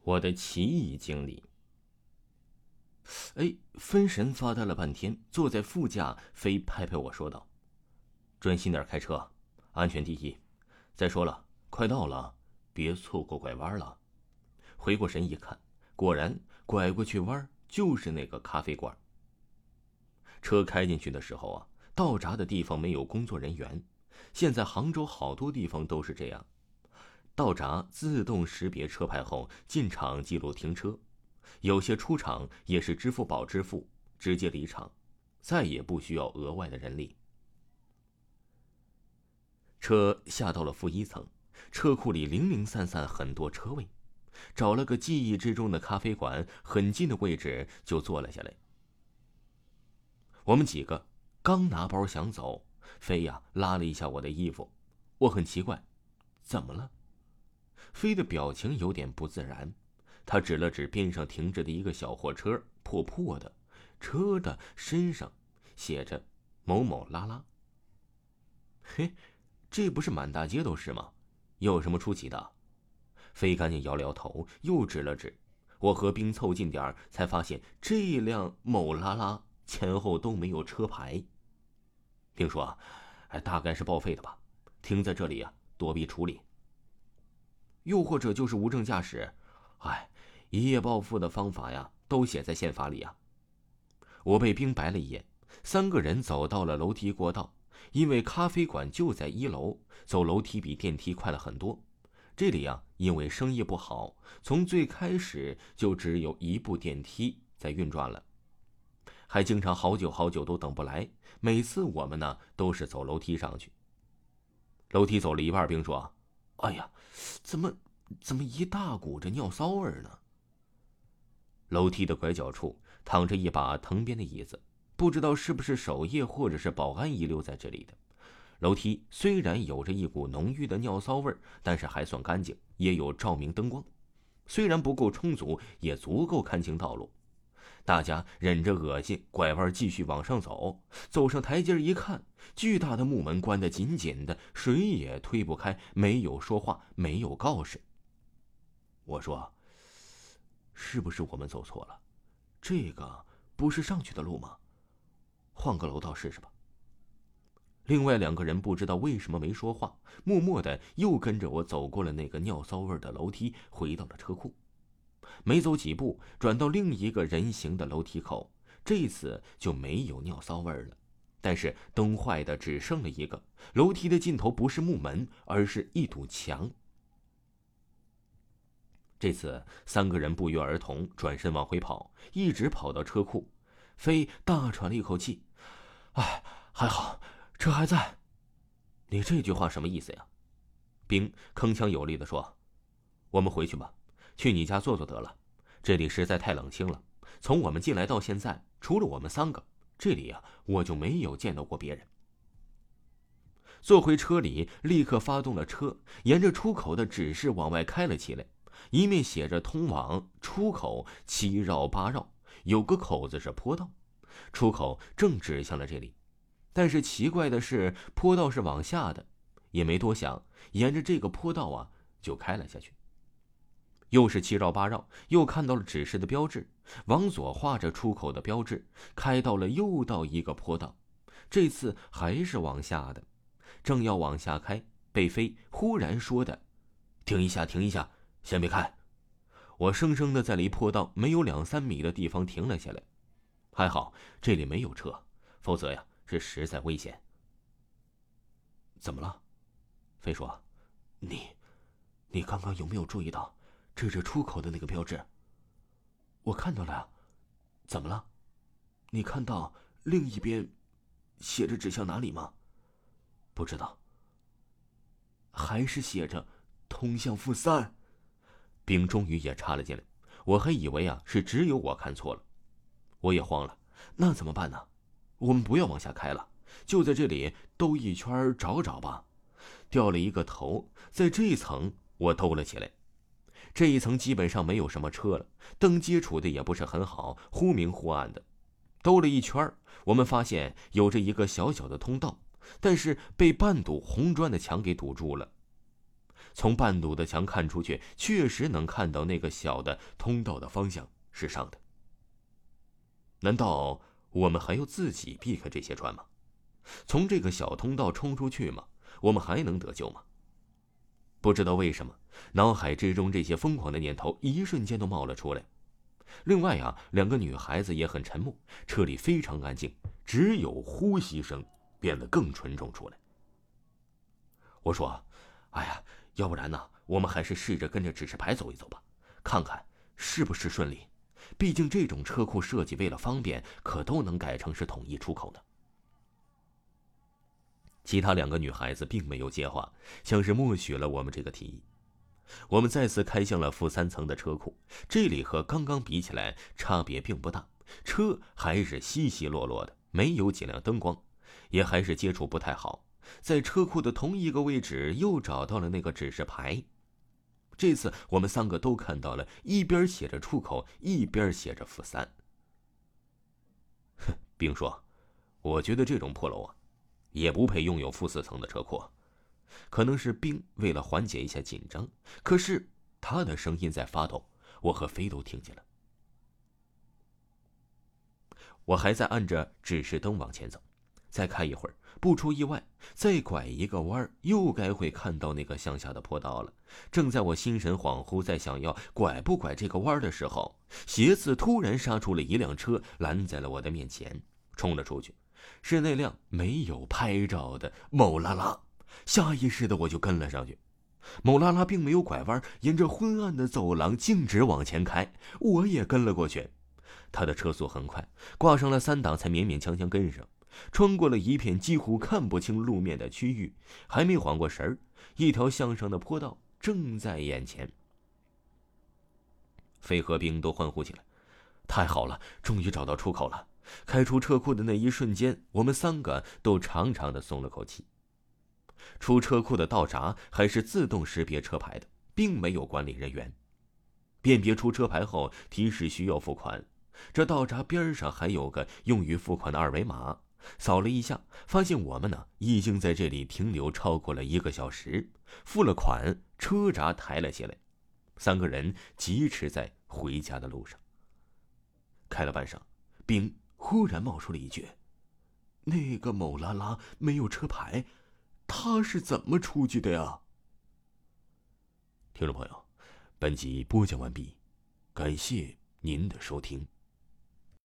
我的奇异经历。分神发呆了半天，坐在副驾，飞拍拍我说道：“专心点开车，安全第一。再说了，快到了，别错过拐弯了。”回过神一看，果然拐过去弯就是那个咖啡馆。车开进去的时候到闸的地方没有工作人员，现在杭州好多地方都是这样。到闸自动识别车牌后进场记录停车，有些出厂也是支付宝支付，直接离场，再也不需要额外的人力。车下到了负1层，车库里零零散散很多车位，找了个记忆之中的咖啡馆很近的位置就坐了下来。我们几个刚拿包想走，飞拉了一下我的衣服，我很奇怪，怎么了？飞的表情有点不自然，他指了指边上停着的一个小货车，破破的，车的身上写着某某拉拉。嘿，这不是满大街都是吗？有什么出奇的？飞赶紧摇了摇头，又指了指。我和冰凑近点才发现这辆某拉拉前后都没有车牌。冰说大概是报废的吧，停在这里躲避处理。又或者就是无证驾驶，一夜暴富的方法都写在宪法里我被冰白了一眼，3个人走到了楼梯过道，因为咖啡馆就在1楼，走楼梯比电梯快了很多。这里因为生意不好，从最开始就只有1部电梯在运转了，还经常好久好久都等不来。每次我们都是走楼梯上去。楼梯走了一半，冰说：“哎呀，怎么一大股这尿骚味呢？”楼梯的拐角处躺着一把藤编的椅子，不知道是不是守夜或者是保安遗留在这里的。楼梯虽然有着一股浓郁的尿骚味，但是还算干净，也有照明灯光，虽然不够充足，也足够看清道路。大家忍着恶心，拐弯继续往上走。走上台阶一看，巨大的木门关得紧紧的，谁也推不开，没有说话，没有告示。我说：“是不是我们走错了？这个不是上去的路吗？换个楼道试试吧。”另外2个人不知道为什么没说话，默默的又跟着我走过了那个尿骚味的楼梯，回到了车库。没走几步，转到另一个人行的楼梯口，这次就没有尿骚味了，但是灯坏的只剩了一个。楼梯的尽头不是木门，而是一堵墙。这次3个人不约而同转身往回跑，一直跑到车库。飞大喘了一口气：“还好车还在。”“你这句话什么意思呀？”冰铿锵有力地说：“我们回去吧，去你家坐坐得了，这里实在太冷清了。从我们进来到现在，除了我们3个，这里我就没有见到过别人。”坐回车里，立刻发动了车，沿着出口的指示往外开了起来。一面写着通往出口7绕8绕，有个口子是坡道，出口正指向了这里。但是奇怪的是，坡道是往下的，也没多想，沿着这个坡道就开了下去。又是7绕8绕，又看到了指示的标志，往左画着出口的标志，开到了又到一个坡道，这次还是往下的。正要往下开，被飞忽然说的：“停一下，停一下，先别开。”我生生的在离坡道没有2、3米的地方停了下来。还好这里没有车，否则是实在危险。“怎么了？”飞说：“你刚刚有没有注意到指着出口的那个标志？”“我看到了呀。”“怎么了？你看到另一边写着指向哪里吗？”“不知道。”“还是写着通向负3。”冰终于也插了进来，我还以为是只有我看错了。我也慌了，那怎么办呢？我们不要往下开了，就在这里兜一圈找找吧。掉了一个头，在这一层我兜了起来。这一层基本上没有什么车了，灯接触的也不是很好，忽明忽暗的。兜了一圈，我们发现有着一个小小的通道，但是被半堵红砖的墙给堵住了。 从半堵的墙看出去，确实能看到那个小的通道的方向是上的。难道我们还要自己避开这些砖吗？从这个小通道冲出去吗？我们还能得救吗？不知道为什么，脑海之中这些疯狂的念头一瞬间都冒了出来。另外啊，两个女孩子也很沉默，车里非常安静，只有呼吸声变得更沉重出来。我说：“哎呀，要不然呢，我们还是试着跟着指示牌走一走吧，看看是不是顺利。毕竟这种车库设计为了方便，可都能改成是统一出口的。”其他两个女孩子并没有接话，像是默许了我们这个提议。我们再次开向了负3层的车库，这里和刚刚比起来差别并不大，车还是稀稀落落的，没有几辆灯光，也还是接触不太好。在车库的同一个位置又找到了那个指示牌，这次我们3个都看到了，一边写着出口，一边写着负3。冰说：“我觉得这种破楼啊，也不配拥有负4层的车库。”可能是冰为了缓解一下紧张，可是他的声音在发抖，我和飞都听见了。我还在按着指示灯往前走，再开一会儿，不出意外，再拐一个弯又该会看到那个向下的坡道了。正在我心神恍惚，在想要拐不拐这个弯的时候，斜刺突然杀出了一辆车，拦在了我的面前，冲了出去，是那辆没有拍照的某拉拉。下意识的我就跟了上去，某拉拉并没有拐弯，沿着昏暗的走廊径直往前开，我也跟了过去。他的车速很快，挂上了3档才勉勉强强跟上，穿过了一片几乎看不清路面的区域，还没缓过神儿，一条向上的坡道正在眼前。飞和冰都欢呼起来：“太好了，终于找到出口了！”开出车库的那一瞬间，我们3个都长长的松了口气。出车库的道闸还是自动识别车牌的，并没有管理人员。辨别出车牌后，提示需要付款。这道闸边上还有个用于付款的二维码，扫了一下，发现我们呢已经在这里停留超过了1个小时。付了款，车闸抬了起来，3个人疾驰在回家的路上。开了半晌，冰忽然冒出了一句：“那个某拉拉没有车牌，他是怎么出去的呀？”听众朋友，本集播讲完毕，感谢您的收听。